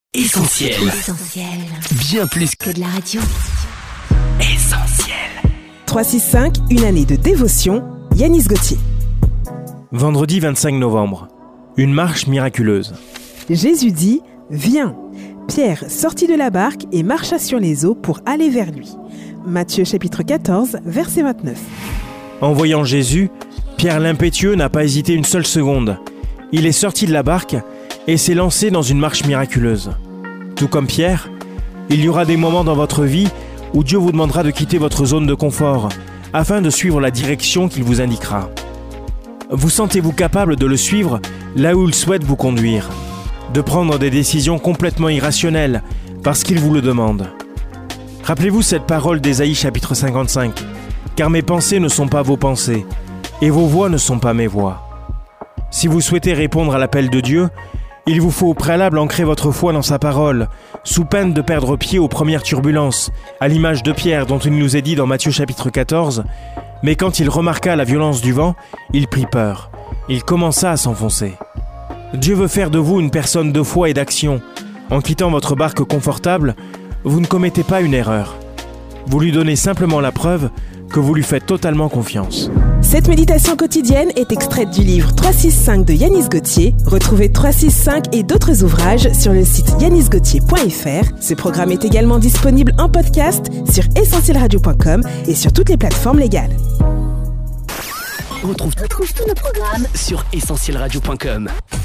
Essentiel. Bien plus que de la radio. Essentiel. 365, une année de dévotion, Yanis Gauthier. Vendredi 25 novembre, une marche miraculeuse. Jésus dit « Viens ». Pierre sortit de la barque et marcha sur les eaux pour aller vers lui. Matthieu chapitre 14, verset 29. En voyant Jésus, Pierre l'impétueux n'a pas hésité une seule seconde. Il est sorti de la barque et s'est lancé dans une marche miraculeuse. Tout comme Pierre, il y aura des moments dans votre vie où Dieu vous demandera de quitter votre zone de confort afin de suivre la direction qu'il vous indiquera. Vous sentez-vous capable de le suivre là où il souhaite vous conduire, de prendre des décisions complètement irrationnelles parce qu'il vous le demande. Rappelez-vous cette parole d'Ésaïe chapitre 55, « Car mes pensées ne sont pas vos pensées, et vos voix ne sont pas mes voix. » Si vous souhaitez répondre à l'appel de Dieu, il vous faut au préalable ancrer votre foi dans sa parole, sous peine de perdre pied aux premières turbulences, à l'image de Pierre dont il nous est dit dans Matthieu chapitre 14, « Mais quand il remarqua la violence du vent, il prit peur. Il commença à s'enfoncer. » Dieu veut faire de vous une personne de foi et d'action. En quittant votre barque confortable, vous ne commettez pas une erreur. Vous lui donnez simplement la preuve que vous lui faites totalement confiance. Cette méditation quotidienne est extraite du livre 365 de Yanis Gauthier. Retrouvez 365 et d'autres ouvrages sur le site yanisgauthier.fr. Ce programme est également disponible en podcast sur essentielradio.com et sur toutes les plateformes légales. On retrouve tous nos programmes sur essentielradio.com.